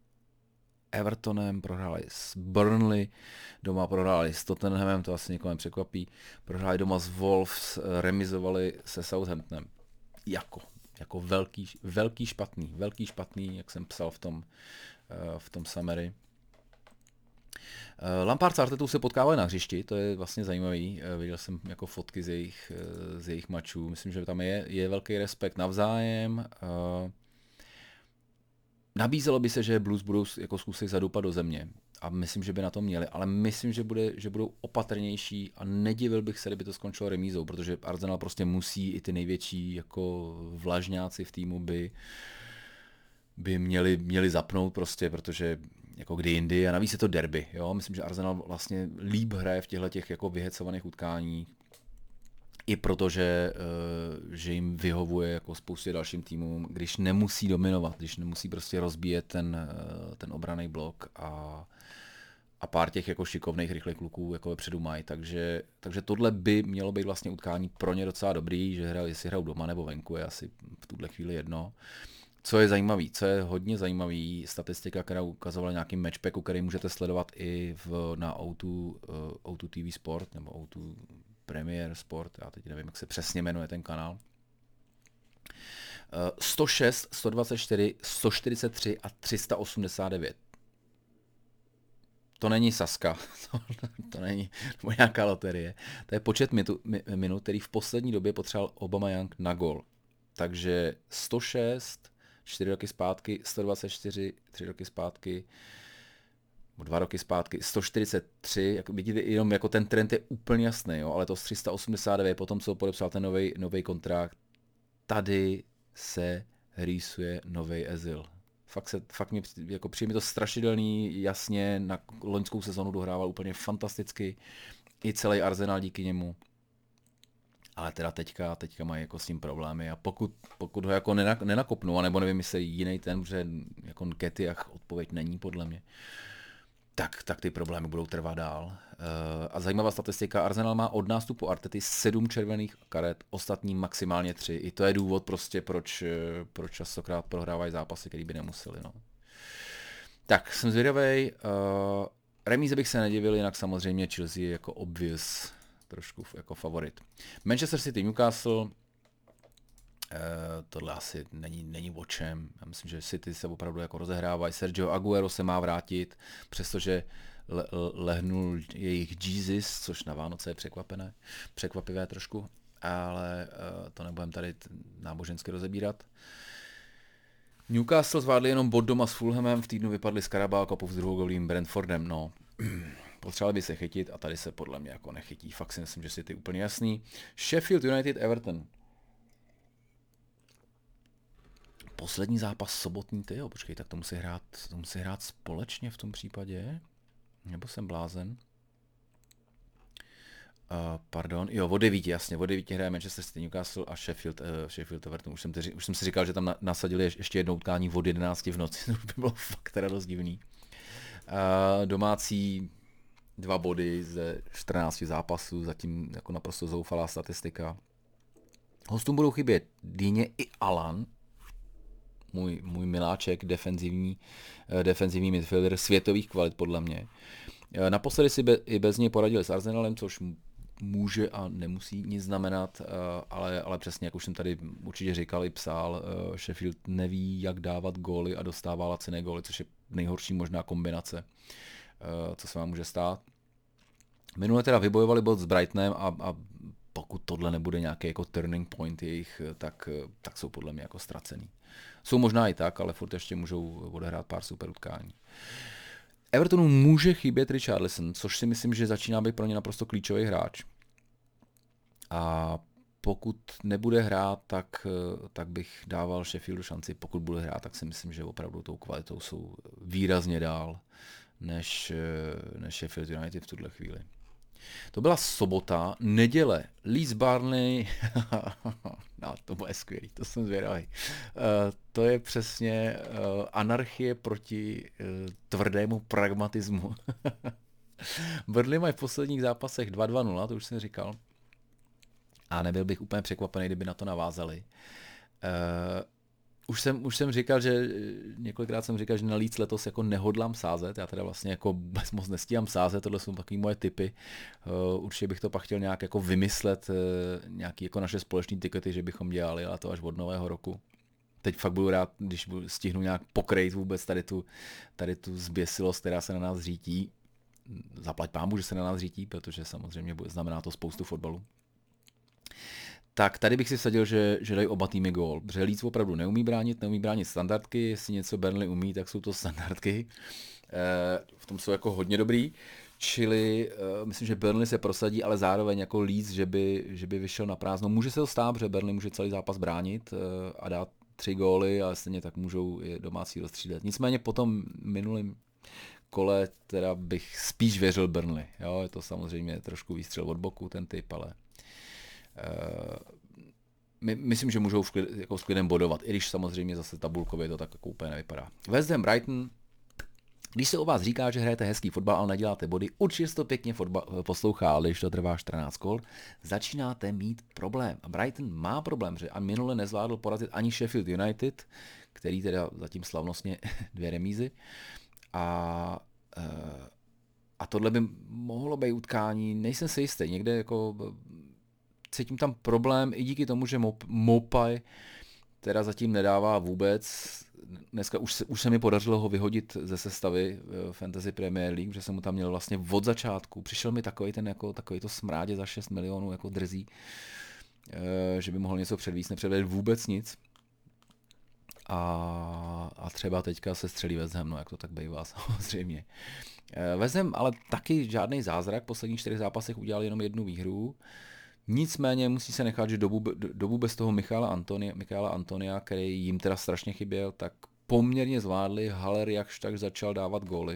Evertonem, prohráli s Burnley, doma prohráli s Tottenhamem, to asi někoho nepřekvapí. Prohráli doma s Wolves, remizovali se Southamptonem. Jako velký špatný, jak jsem psal v tom summary. Lampard s Artetou se potkávali na hřišti, to je vlastně zajímavý, viděl jsem jako fotky z jejich mačů, myslím, že tam je velký respekt navzájem. Nabízelo by se, že Blues budou jako zkusit zadupat do země a myslím, že by na to měli, ale myslím, že budou opatrnější a nedivil bych se, kdyby to skončilo remízou, protože Arsenal prostě musí, i ty největší jako vlažňáci v týmu by měli zapnout prostě, protože jako kdy jindy a navíc je to derby, jo, myslím, že Arsenal vlastně líp hraje v těchto jako vyhecovaných utkáních, i protože že jim vyhovuje jako spoustě dalším týmům, když nemusí dominovat, když nemusí prostě rozbíjet ten obranný blok a pár těch jako šikovných rychlých kluků jako vepředu mají, takže tohle by mělo být vlastně utkání pro ně docela dobrý, že jestli hrajou doma nebo venku, je asi v tuhle chvíli jedno. Co je hodně zajímavý, statistika, která ukazovala nějaký matchpacku, který můžete sledovat i na O2 TV Sport nebo O2 Premier Sport, já teď nevím, jak se přesně jmenuje ten kanál. 106, 124, 143 a 389. To není Saska, to není nějaká loterie. To je počet minut, který v poslední době potřeboval Aubameyang na gol. Takže 106, 4 roky zpátky, 124, 3 roky zpátky, 2 roky zpátky, 143, jako vidíte, jenom jako ten trend je úplně jasný, jo, ale to z 389, potom co podepsal ten nový kontrakt, tady se rýsuje nový Ezil. Fakt mě, jako přijde mi to strašidelný, jasně, na loňskou sezonu dohrával úplně fantasticky, i celý Arsenal díky němu. Ale teda teďka mají jako s tím problémy a pokud ho jako nenakopnou, anebo nevím, jestli jiný ten, protože jako Nketiah odpověď není podle mě, tak ty problémy budou trvat dál. A zajímavá statistika, Arsenal má od nástupu Artety 7 červených karet, ostatní maximálně 3. I to je důvod prostě, proč častokrát prohrávají zápasy, který by nemuseli. No. Tak, jsem zvědavej. Remíze bych se nedivil, jinak samozřejmě Chelsea je jako obvious trošku jako favorit. Manchester City, Newcastle, tohle asi není o čem. Já myslím, že City se opravdu jako rozehrávají. Sergio Aguero se má vrátit, přestože lehnul jejich Jesus, což na Vánoce je překvapivé trošku, ale to nebudem tady nábožensky rozebírat. Newcastle zvládli jenom bod doma s Fulhamem, v týdnu vypadli z Carabao Cupu s druhou Brentfordem, no. Potřebovali by se chytit a tady se podle mě jako nechytí. Fakt si myslím, že si ty úplně jasný. Sheffield United Everton. Poslední zápas sobotní, počkej, tak to musí hrát společně v tom případě. Nebo jsem blázen? Pardon, jo, o 9, jasně, o 9 hraje Manchester City, Newcastle a Sheffield Everton. Už jsem si říkal, že tam nasadili ještě jedno utkání od 11 v noci, to by bylo fakt teda dost divný. Domácí 2 body ze 14 zápasů, zatím jako naprosto zoufalá statistika. Hostům budou chybět Dýně i Alan, můj miláček, defenzivní midfielder světových kvalit podle mě. Naposledy si i bez něj poradili s Arsenalem, což může a nemusí nic znamenat, ale přesně, jak už jsem tady určitě říkal i psal, Sheffield neví, jak dávat góly a dostává laciné góly, což je nejhorší možná kombinace, co se vám může stát. Minule teda vybojovali bod s Brightonem a pokud tohle nebude nějaký jako turning point jejich, tak jsou podle mě jako ztracený. Jsou možná i tak, ale furt ještě můžou odehrát pár super utkání. Evertonu může chybět Richarlison, což si myslím, že začíná být pro ně naprosto klíčový hráč. A pokud nebude hrát, tak bych dával Sheffieldu šanci. Pokud bude hrát, tak si myslím, že opravdu tou kvalitou jsou výrazně dál než Sheffield United v tuhle chvíli. To byla sobota, neděle, Leeds Burnley, no to bude skvělý, to jsem zvědavý. To je přesně anarchie proti tvrdému pragmatismu. Burnley mají v posledních zápasech 2-2-0, to už jsem říkal. A nebyl bych úplně překvapený, kdyby na to navázali. Už jsem říkal, že několikrát jsem říkal, že na Leeds letos jako nehodlám sázet, já teda vlastně jako moc nestíhám sázet, tohle jsou takové moje tipy. Určitě bych to pak chtěl nějak jako vymyslet, nějaký jako naše společné tikety, že bychom dělali, ale to až od nového roku. Teď fakt budu rád, když stihnu nějak pokrejt vůbec tady tu zběsilost, která se na nás řítí. Zaplať pánbůh, že se na nás řítí, protože samozřejmě znamená to spoustu fotbalu. Tak tady bych si vsadil, že dají oba týmy gól, protože Leeds opravdu neumí bránit standardky, jestli něco Burnley umí, tak jsou to standardky, v tom jsou jako hodně dobrý, čili myslím, že Burnley se prosadí, ale zároveň jako Leeds, že by vyšel na prázdno. Může se to stát, protože Burnley může celý zápas bránit a dát 3 góly, ale stejně tak můžou je domácí rozstřílet. Nicméně po tom minulém kole teda bych spíš věřil Burnley, jo, je to samozřejmě trošku výstřel od boku ten typ, ale myslím, že můžou s klidem bodovat, i když samozřejmě zase tabulkově to tak jako úplně nevypadá. West Ham Brighton, když se o vás říká, že hrajete hezký fotbal, ale neděláte body, určitě to pěkně poslouchá, ale když to trvá 14 kol, začínáte mít problém. A Brighton má problém, že a minule nezvládl porazit ani Sheffield United, který teda zatím slavnostně 2 remízy. A tohle by mohlo být utkání, nejsem si jistý, někde jako cítím tam problém i díky tomu, že Mopai teda zatím nedává vůbec. Dneska už se mi podařilo ho vyhodit ze sestavy Fantasy Premier League, že jsem mu tam měl vlastně od začátku. Přišel mi takový to smrádě za 6 milionů jako drzí, že by mohl něco předvíst, nepředvedl vůbec nic. a třeba teďka se střelí West Ham, no jak to tak bývá samozřejmě. West Ham ale taky žádný zázrak, v posledních 4 zápasech udělal jenom 1 výhru, nicméně musí se nechat, že dobu bez toho Michaela Antonia, který jim teda strašně chyběl, tak poměrně zvládli, Haller jakž tak začal dávat góly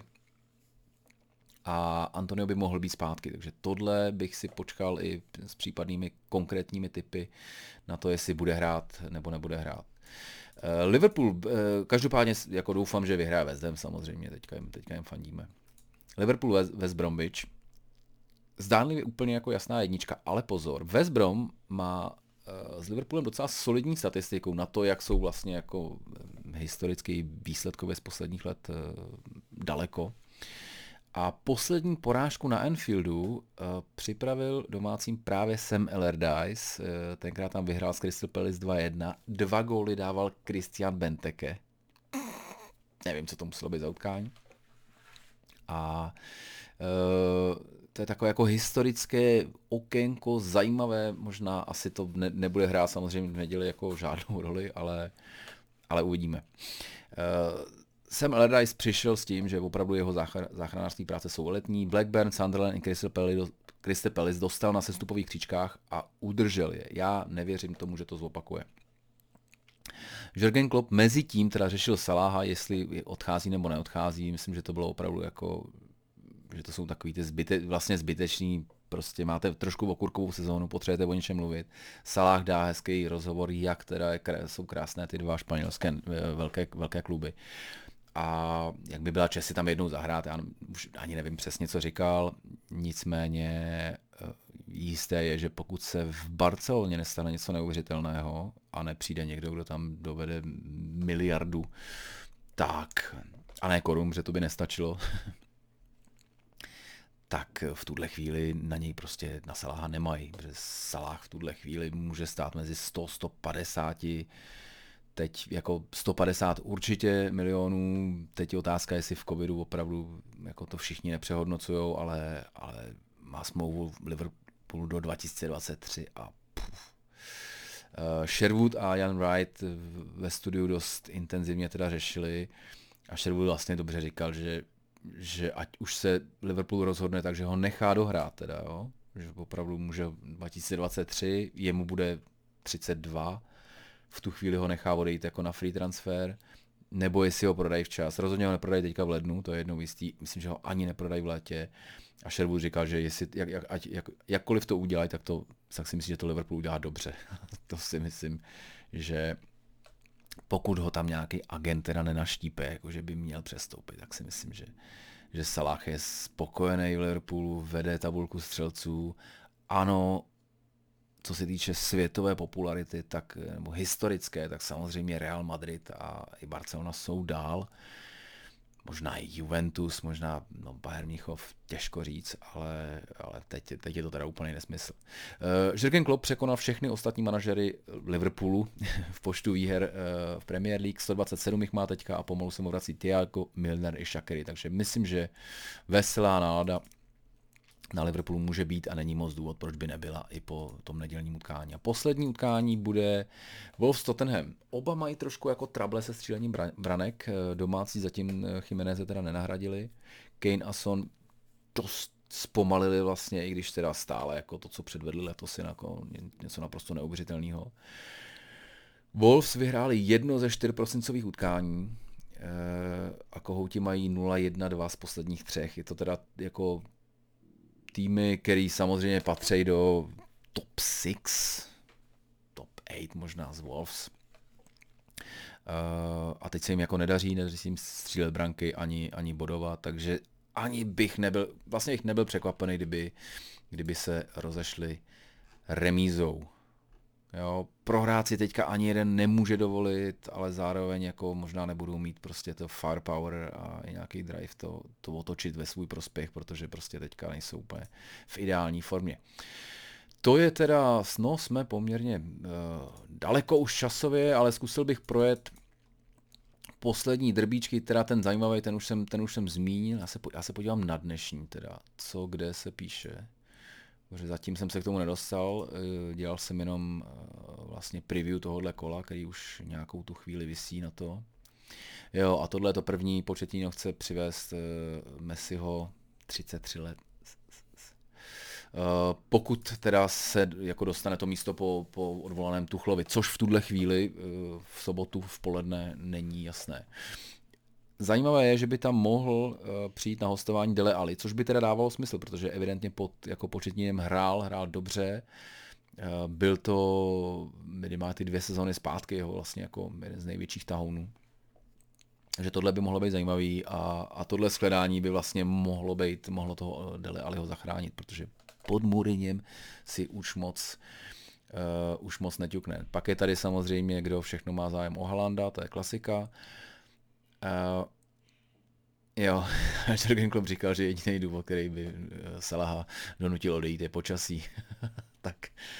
a Antonio by mohl být zpátky, takže tohle bych si počkal i s případnými konkrétními tipy na to, jestli bude hrát nebo nebude hrát. Liverpool, každopádně jako doufám, že vyhraje West Ham samozřejmě, teďka jim fandíme. Liverpool West Bromwich, zdánlivě úplně jako jasná jednička, ale pozor, West Brom má s Liverpoolem docela solidní statistiku na to, jak jsou vlastně jako historicky výsledkově z posledních let daleko. A poslední porážku na Anfieldu připravil domácím právě Sam Allardyce, tenkrát tam vyhrál s Crystal Palace 2-1, 2 góly dával Christian Benteke. Nevím, co to muselo být za utkání. A to je takové jako historické okénko, zajímavé, možná asi to nebude hrát samozřejmě v neděli jako žádnou roli, ale uvidíme. Sam Allardyce přišel s tím, že opravdu jeho záchranářské práce jsou letní. Blackburn, Sunderland i Crystal Palace dostal na sestupových příčkách a udržel je. Já nevěřím tomu, že to zopakuje. Jürgen Klopp mezi tím teda řešil Salaha, jestli odchází nebo neodchází. Myslím, že to bylo opravdu jako, že to jsou takový ty vlastně zbytečný, prostě máte trošku okurkovou sezónu, potřebujete o něčem mluvit. Salah dá hezký rozhovor, jak teda jsou krásné ty 2 španělské velké kluby. A jak by byla čest si tam jednou zahrát, já už ani nevím přesně, co říkal, nicméně jisté je, že pokud se v Barceloně nestane něco neuvěřitelného a nepřijde někdo, kdo tam dovede miliardu, tak, a ne korun, že to by nestačilo, tak v tuhle chvíli na něj prostě na Salaha nemají, protože Salah v tuhle chvíli může stát mezi 100-150, teď jako 150 určitě milionů, teď je otázka, jestli v covidu opravdu jako to všichni nepřehodnocujou, ale má smlouvu v Liverpoolu do 2023 a Sherwood a Ian Wright ve studiu dost intenzivně teda řešili a Sherwood vlastně dobře říkal, že ať už se Liverpool rozhodne, takže ho nechá dohrát teda, jo? Že opravdu může 2023, jemu bude 32, v tu chvíli ho nechá odejít jako na free transfer, nebo jestli ho prodají včas. Rozhodně ho neprodají teďka v lednu, to je jednou jistý, myslím, že ho ani neprodají v létě. A Sherwood říkal, že jestli, jakkoliv to udělají, tak si myslím, že to Liverpool udělá dobře. To si myslím, že pokud ho tam nějaký agent teda nenaštípe, jako že by měl přestoupit, tak si myslím, že Salah je spokojený v Liverpoolu, vede tabulku střelců. Ano, co se týče světové popularity, tak, nebo historické, tak samozřejmě Real Madrid a i Barcelona jsou dál. Možná i Juventus, možná Bayern Mnichov, těžko říct, ale teď je to teda úplný nesmysl. Jürgen Klopp překonal všechny ostatní manažery Liverpoolu v počtu výher v Premier League, 127 jich má teďka a pomalu se mu vrací Thiago, Milner i Shaqiri, takže myslím, že veselá nálada na Liverpoolu může být a není moc důvod, proč by nebyla i po tom nedělním utkání. A poslední utkání bude Wolves Tottenham. Oba mají trošku jako trable se střílením branek, domácí zatím Jiméneze teda nenahradili. Kane a Son dost zpomalili vlastně, i když teda stále jako to, co předvedli letos, je jako něco naprosto neuvěřitelného. Wolves vyhráli 1 ze 4 prosincových utkání a Kohouti mají 0-1-2 z posledních 3. Je to teda jako týmy, který samozřejmě patří do top 6, top 8 možná z Wolves. A teď se jim jako nedaří se jim střílet branky ani bodovat, takže ani bych nebyl překvapený, kdyby se rozešli remízou. Jo, prohrát si teďka ani jeden nemůže dovolit, ale zároveň jako možná nebudou mít prostě to firepower a nějaký drive to otočit ve svůj prospěch, protože prostě teďka nejsou úplně v ideální formě. To je teda, jsme poměrně daleko už časově, ale zkusil bych projet poslední drbíčky, teda ten zajímavý, ten už jsem zmínil, já se podívám na dnešní teda, kde se píše. Protože zatím jsem se k tomu nedostal, dělal jsem jenom vlastně preview tohohle kola, který už nějakou tu chvíli visí na to. Jo, a tohle je to první, Pochettino chce přivést Messiho 33 let. Pokud teda se jako dostane to místo po odvolaném Tuchlovi, což v tuhle chvíli v sobotu v poledne není jasné. Zajímavé je, že by tam mohl přijít na hostování Dele Alli, což by teda dávalo smysl, protože evidentně jako Pochettinem hrál dobře. Byl to minimálně ty 2 sezony zpátky jeho vlastně jako jeden z největších tahounů. Takže tohle by mohlo být zajímavý a tohle shledání by vlastně mohlo toho Dele Alliho zachránit, protože pod Mourinhem si už moc neťukne. Pak je tady samozřejmě, kdo všechno má zájem o Haalanda, to je klasika. Jo, Jürgen Klopp říkal, že jediný důvod, který by Salaha donutil odejít, je počasí. Tak.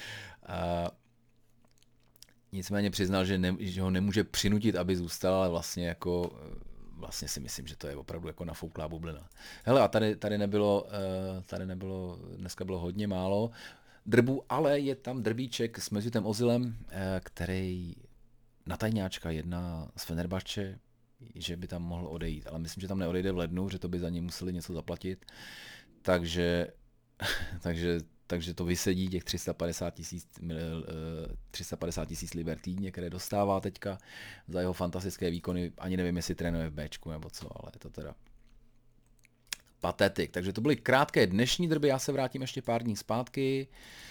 Nicméně přiznal, že ho nemůže přinutit, aby zůstal, ale vlastně si myslím, že to je opravdu jako nafouklá bublina. Hele, a tady nebylo, dneska bylo hodně málo drbů, ale je tam drbíček s Mesutem Ozilem, který na tajňáčka jedná z Fenerbahče, že by tam mohl odejít, ale myslím, že tam neodejde v lednu, že to by za něj museli něco zaplatit, takže to vysedí těch 350 tisíc liber týdně, které dostává teďka za jeho fantastické výkony. Ani nevím, jestli trénuje v Bčku nebo co, ale je to teda patetik. Takže to byly krátké dnešní drby, já se vrátím ještě pár dní zpátky.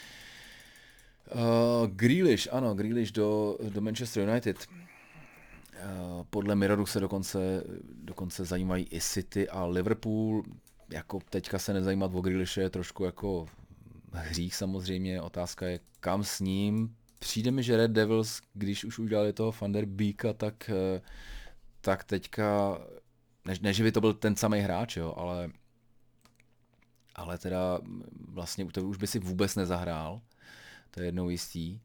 Grealish do Manchester United. Podle Mirroru se dokonce zajímají i City a Liverpool. Jako teďka se nezajímat o Grealishe je trošku jako hřích samozřejmě, otázka je kam s ním. Přijde mi, že Red Devils, když už udělali toho Van der Beeka, tak teďka, ne, že by to byl ten samý hráč, jo, ale teda vlastně to už by si vůbec nezahrál, to je jednou jistý.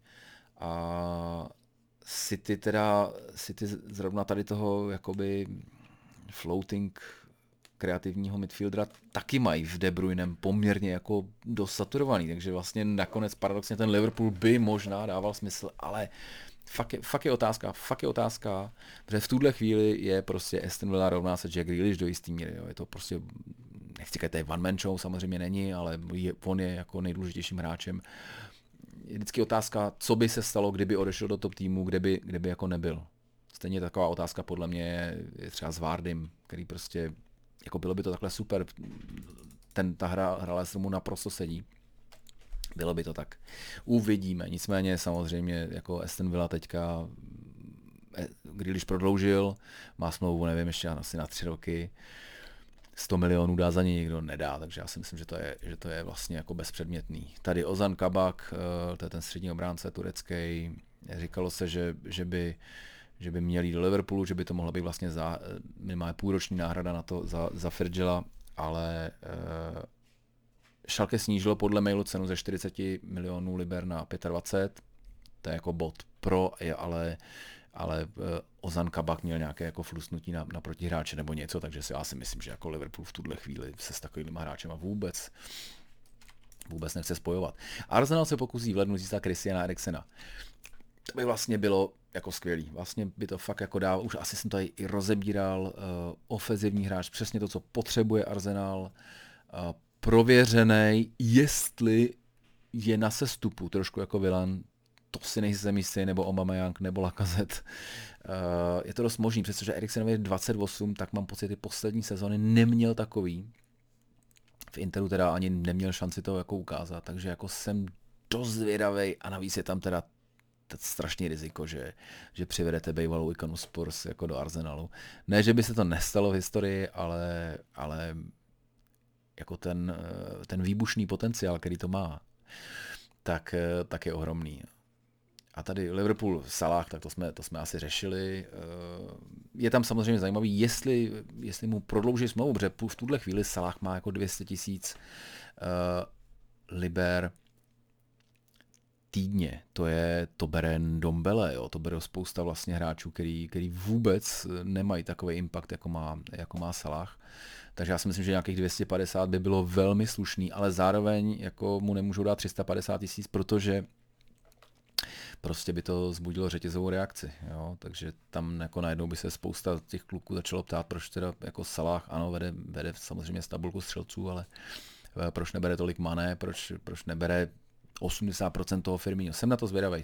A City zrovna tady toho jakoby floating kreativního midfieldera taky mají v De Bruynem poměrně jako dost saturovaný, takže vlastně nakonec paradoxně ten Liverpool by možná dával smysl, ale fakt je otázka, protože v tuhle chvíli je prostě Aston Villa rovná se Jack Grealish do jistý míry, jo. Je to prostě, nechci říkat, to je one man show, samozřejmě není, ale on je jako nejdůležitějším hráčem. Je vždycky otázka, co by se stalo, kdyby odešel do top týmu, kdyby jako nebyl. Stejně taková otázka podle mě je třeba s Vardym, který prostě jako bylo by to takhle super, ta hra mu naprosto sedí. Bylo by to tak. Uvidíme. Nicméně samozřejmě jako Aston Villa teďka, když prodloužil, má smlouvu, nevím, ještě asi na 3 roky, 100 milionů dá za ně nikdo nedá, takže já si myslím, že to je vlastně jako bezpředmětný. Tady Ozan Kabak, to je ten střední obránce turecký, říkalo se, že by měl jít do Liverpoolu, že by to mohla být vlastně minimálně půlroční náhrada na to za Virgila, ale Schalke snížilo podle mailu cenu ze 40 milionů liber na 25, to je jako bod pro, ale Ozan Kabak měl nějaké jako flusnutí na protihráče nebo něco, takže já si myslím, že jako Liverpool v tuhle chvíli se s takovými hráčema vůbec nechce spojovat. Arsenal se pokusí v lednu získat Christiana Eriksena. To by vlastně bylo jako skvělý. Vlastně by to fakt jako dával, už asi jsem tady i rozebíral, ofenzivní hráč, přesně to, co potřebuje Arsenal, prověřený, jestli je na sestupu, trošku jako Villan, to si nejsem jistý, nebo Aubameyang, nebo Lacazette. Je to dost možný, přestože Eriksenovi je 28, tak mám pocit, že poslední sezony neměl takový. V Interu teda ani neměl šanci to jako ukázat, takže jako jsem dost zvědavej a navíc je tam teda strašný riziko, že přivedete bývalou ikonu Spurs jako do Arsenalu. Ne, že by se to nestalo v historii, ale jako ten výbušný potenciál, který to má, tak je ohromný. A tady Liverpool, Salah, tak to jsme asi řešili. Je tam samozřejmě zajímavý, jestli mu prodlouží smlouvu, protože v tuhle chvíli Salah má jako 200 000 liber týdně. To bere Ndombele, jo? To bere spousta vlastně hráčů, který vůbec nemají takový impact, jako má Salah. Takže já si myslím, že nějakých 250 by bylo velmi slušný, ale zároveň jako mu nemůžou dát 350 000, prostě by to vzbudilo řetězovou reakci, jo? Takže tam jako najednou by se spousta těch kluků začalo ptát, proč teda jako Salah, ano, vede samozřejmě z tabulku střelců, ale proč nebere tolik Mané, proč nebere 80% toho Firmino. Jsem na to zvědavej.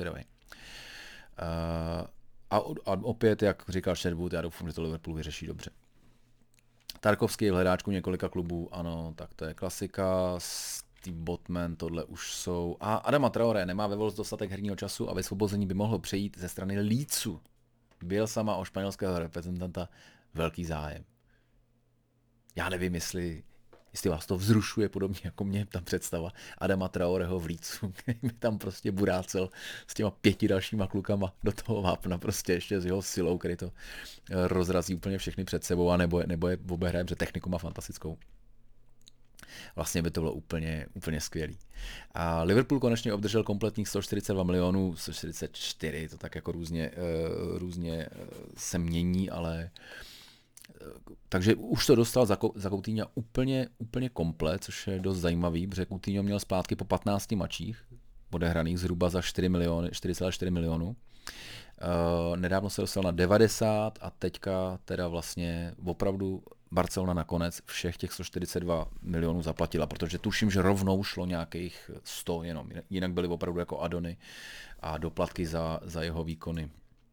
A opět, jak říkal Sherwood, já doufám, že to Liverpool vyřeší dobře. Tarkovský je v hledáčku několika klubů, ano, tak to je klasika. Steve Botman, tohle už jsou. A Adama Traoré nemá ve Wolves dostatek herního času a ve svobození by mohlo přejít ze strany Leedsu. Byl sama o španělského reprezentanta velký zájem. Já nevím, jestli vás to vzrušuje podobně jako mě ta představa Adama Traoreho v Leedsu, který mi tam prostě burácel s těma 5 dalšíma klukama do toho vápna, prostě ještě s jeho silou, který to rozrazí úplně všechny před sebou a nebo je obehraje, protože techniku má fantastickou. Vlastně by to bylo úplně skvělý. A Liverpool konečně obdržel kompletních 142 milionů, 144, to tak jako různě se mění, ale takže už to dostal za Coutinha úplně komplet, což je dost zajímavý, protože Coutinho měl zpátky po 15 mačích, odehraných zhruba za 4,4 milionu. Nedávno se dostal na 90 a teďka teda vlastně opravdu Barcelona nakonec všech těch 142 milionů zaplatila, protože tuším, že rovnou šlo nějakých 100 jenom, jinak byly opravdu jako addony a doplatky za jeho výkony.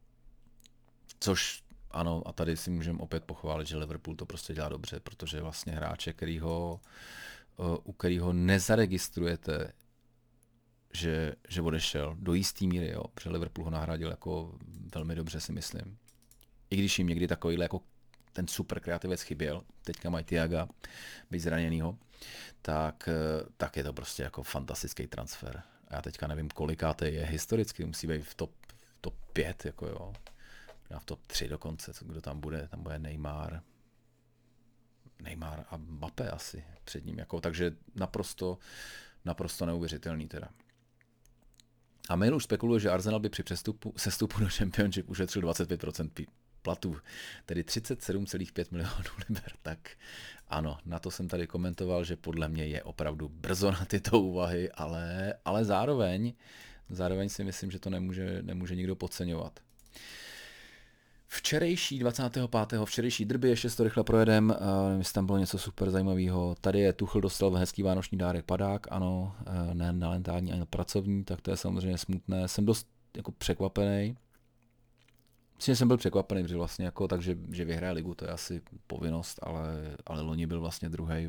Což ano, a tady si můžeme opět pochválit, že Liverpool to prostě dělá dobře, protože vlastně hráče, u kterého nezaregistrujete, že odešel do jistý míry, jo, protože Liverpool ho nahradil jako velmi dobře, si myslím. I když jim někdy takovýhle jako ten super kreativec chyběl, teďka mají Thiaga, byť zraněnýho, tak je to prostě jako fantastický transfer. A já teďka nevím, kolikátý je historicky, musí být v top 5, jako jo. V top 3 dokonce, kdo tam bude Neymar a Mbappé asi před ním, jako, takže naprosto neuvěřitelný teda. A mail už spekuluje, že Arsenal by při sestupu do Championship ušetřil 25% platů, tedy 37,5 milionů liber. Tak ano, na to jsem tady komentoval, že podle mě je opravdu brzo na tyto úvahy, ale zároveň si myslím, že to nemůže nikdo podceňovat. Včerejší derby, ještě to rychle projedem, jestli tam bylo něco super zajímavého. Tady je Tuchel dostal hezký vánoční dárek padák, ano, ne na lentární, ani na pracovní, tak to je samozřejmě smutné. Jsem dost jako překvapený. Myslím, že jsem byl překvapený, protože vlastně jako takže, že vyhraje ligu, to je asi povinnost, ale loni byl vlastně druhý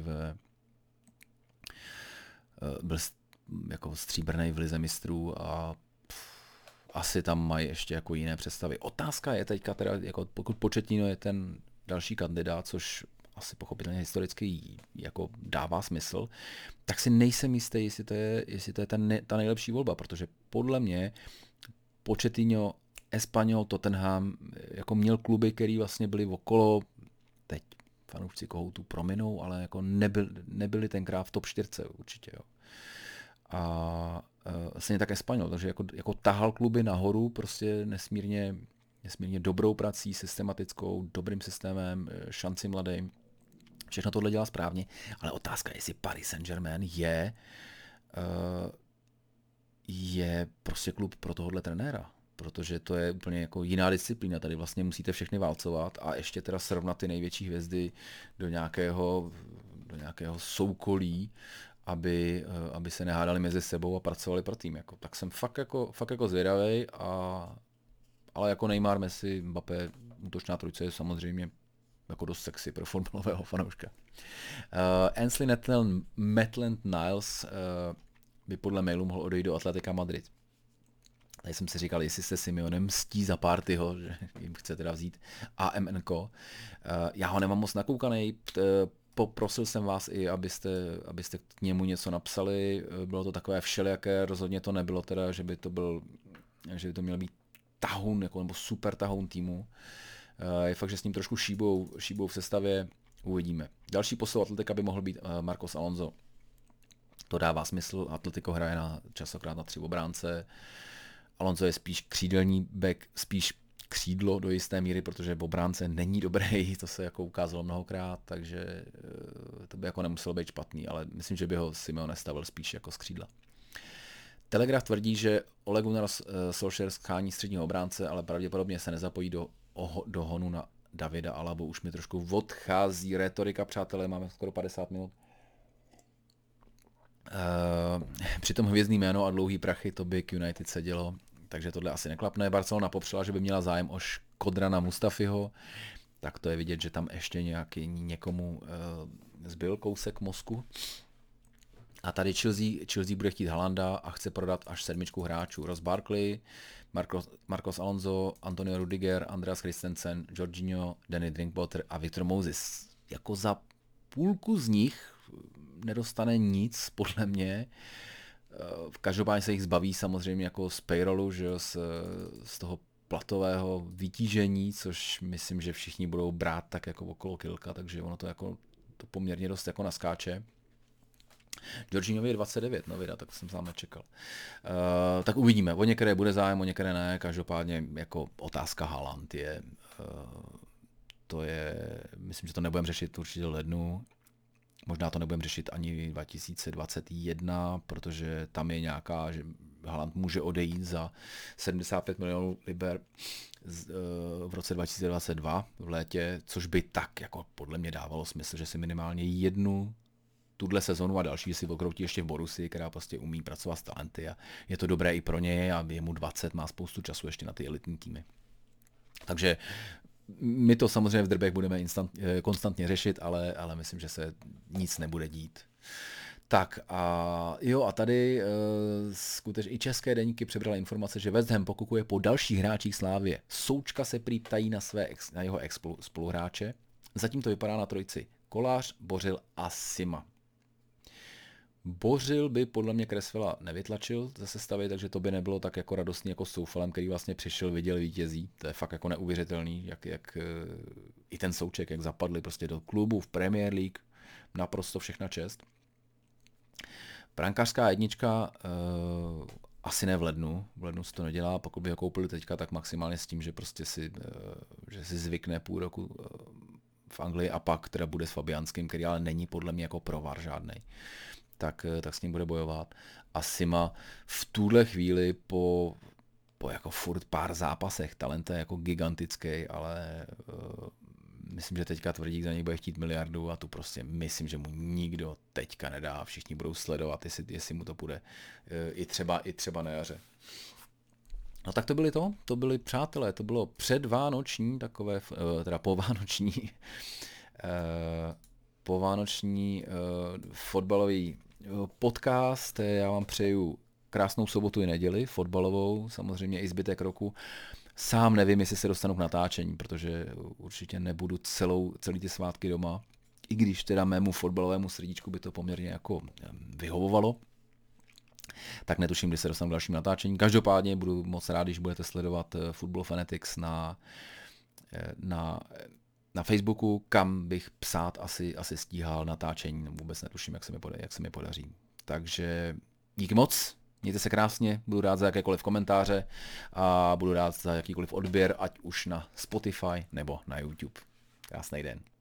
byl jako stříbrnej v lize mistrů a asi tam mají ještě jako jiné představy. Otázka je teďka teda, jako pokud Pochettino je ten další kandidát, což asi pochopitelně historicky jako dává smysl, tak si nejsem jistý, jestli to je ta nejlepší volba, protože podle mě Pochettino, Espanyol, Tottenham, jako měl kluby, který vlastně byli okolo, teď fanoušci Kohoutů prominou, ale jako nebyli tenkrát v top 4 určitě, jo. A stejně tak Espanyol, takže jako tahal kluby nahoru prostě nesmírně dobrou prací, systematickou, dobrým systémem, šanci mladým. Všechno tohle dělá správně, ale otázka je, jestli Paris Saint-Germain je prostě klub pro tohohle trenéra, protože to je úplně jako jiná disciplína, tady vlastně musíte všechny válcovat a ještě teda srovnat ty největší hvězdy do nějakého soukolí, aby se nehádali mezi sebou a pracovali pro tým. Jako. Tak jsem fakt jako zvědavej, ale jako Neymar, Messi, Mbappé, útočná trojce je samozřejmě jako dost sexy pro fotbalového fanouška. Ainsley Maitland-Niles by podle mailu mohl odejít do Atletica Madrid. Tady jsem si říkal, jestli se Simeone mstí za Partyho, že jim chce teda vzít AMNko. Já ho nemám moc nakoukanej, poprosil jsem vás i, abyste k němu něco napsali. Bylo to takové všelijaké, rozhodně to nebylo teda, že by to měl být tahoun, nebo super tahoun týmu. Je fakt, že s ním trošku šíbou v sestavě, uvidíme. Další posil Atletika by mohl být Marcos Alonso. To dává smysl, Atletico hraje častokrát na 3 obránce. Alonso je spíš křídelní back, spíš křídlo do jisté míry, protože obránce není dobrý, to se jako ukázalo mnohokrát, takže to by jako nemuselo být špatný, ale myslím, že by ho Simeone stavil spíš jako z křídla. Telegraf tvrdí, že Ole Gunnar Solskjaer schání středního obránce, ale pravděpodobně se nezapojí do honu na Davida Alabu. Už mi trošku odchází retorika, přátelé, máme skoro 50 minut. Přitom hvězdný jméno a dlouhý prachy, to by k United sedělo, takže tohle asi neklapne. Barcelona popřela, že by měla zájem o Škodrana Mustafiho, tak to je vidět, že tam ještě někomu zbyl kousek mozku. A tady Chelsea bude chtít Haalanda a chce prodat až 7 hráčů. Ross Barkley, Marcos Alonso, Antonio Rudiger, Andreas Christensen, Jorginho, Danny Drinkwater a Victor Moses. Jako za půlku z nich nedostane nic, podle mě. Každopádně se jich zbaví samozřejmě jako z payrollu, že jo, z toho platového vytížení, což myslím, že všichni budou brát tak jako okolo kilka, takže ono to jako to poměrně dost jako naskáče. Jorginhovi je 29, no vida, tak jsem sám nečekal. Tak uvidíme, o některé bude zájem, o některé ne, každopádně jako otázka Haaland je, to je, myslím, že to nebudeme řešit určitě v lednu, možná to nebudeme řešit ani 2021, protože tam je nějaká, že Haaland může odejít za 75 milionů liber v roce 2022 v létě, což by tak jako podle mě dávalo smysl, že si minimálně jednu tuhle sezonu a další si okroutí ještě v Borussii, která prostě umí pracovat s talenty a je to dobré i pro něj a je mu 20, má spoustu času ještě na ty elitní týmy. Takže my to samozřejmě v drbech budeme konstantně řešit, ale myslím, že se nic nebude dít. Tak a jo, a tady skutečně i české deníky přebrala informace, že West Ham pokukuje po dalších hráčích Slávie. Součka se prý ptají na jeho ex-spoluhráče. Zatím to vypadá na trojici Kolář, Bořil a Sima. Bořil by podle mě Cresswella nevytlačil ze sestavy, takže to by nebylo tak jako radostný jako s Soufalem, který vlastně přišel, viděl vítězí. To je fakt jako neuvěřitelný, jak i ten Souček, jak zapadli prostě do klubu v Premier League, naprosto všechna čest. Brankářská jednička asi ne v lednu se to nedělá, pokud by ho koupili teďka, tak maximálně s tím, že prostě si zvykne půl roku v Anglii a pak teda bude s Fabianským, který ale není podle mě jako provar žádnej. Tak s ním bude bojovat. A Sima v tuhle chvíli po jako furt pár zápasech, talent je jako gigantický, ale myslím, že teďka tvrdí, za něj bude chtít miliardu a tu prostě myslím, že mu nikdo teďka nedá. Všichni budou sledovat, jestli mu to půjde i třeba na jaře. No tak to byli přátelé, to bylo předvánoční takové, teda povánoční fotbalový podcast. Já vám přeju krásnou sobotu i neděli, fotbalovou, samozřejmě i zbytek roku. Sám nevím, jestli se dostanu k natáčení, protože určitě nebudu celý ty svátky doma, i když teda mému fotbalovému srdíčku by to poměrně jako vyhovovalo. Tak netuším, kdy se dostanu k dalším natáčení. Každopádně budu moc rád, když budete sledovat Football Fanatics na Facebooku, kam bych psát asi stíhal natáčení. Vůbec netuším, jak se mi podaří. Takže díky moc, mějte se krásně, budu rád za jakékoliv komentáře a budu rád za jakýkoliv odběr, ať už na Spotify nebo na YouTube. Krásný den.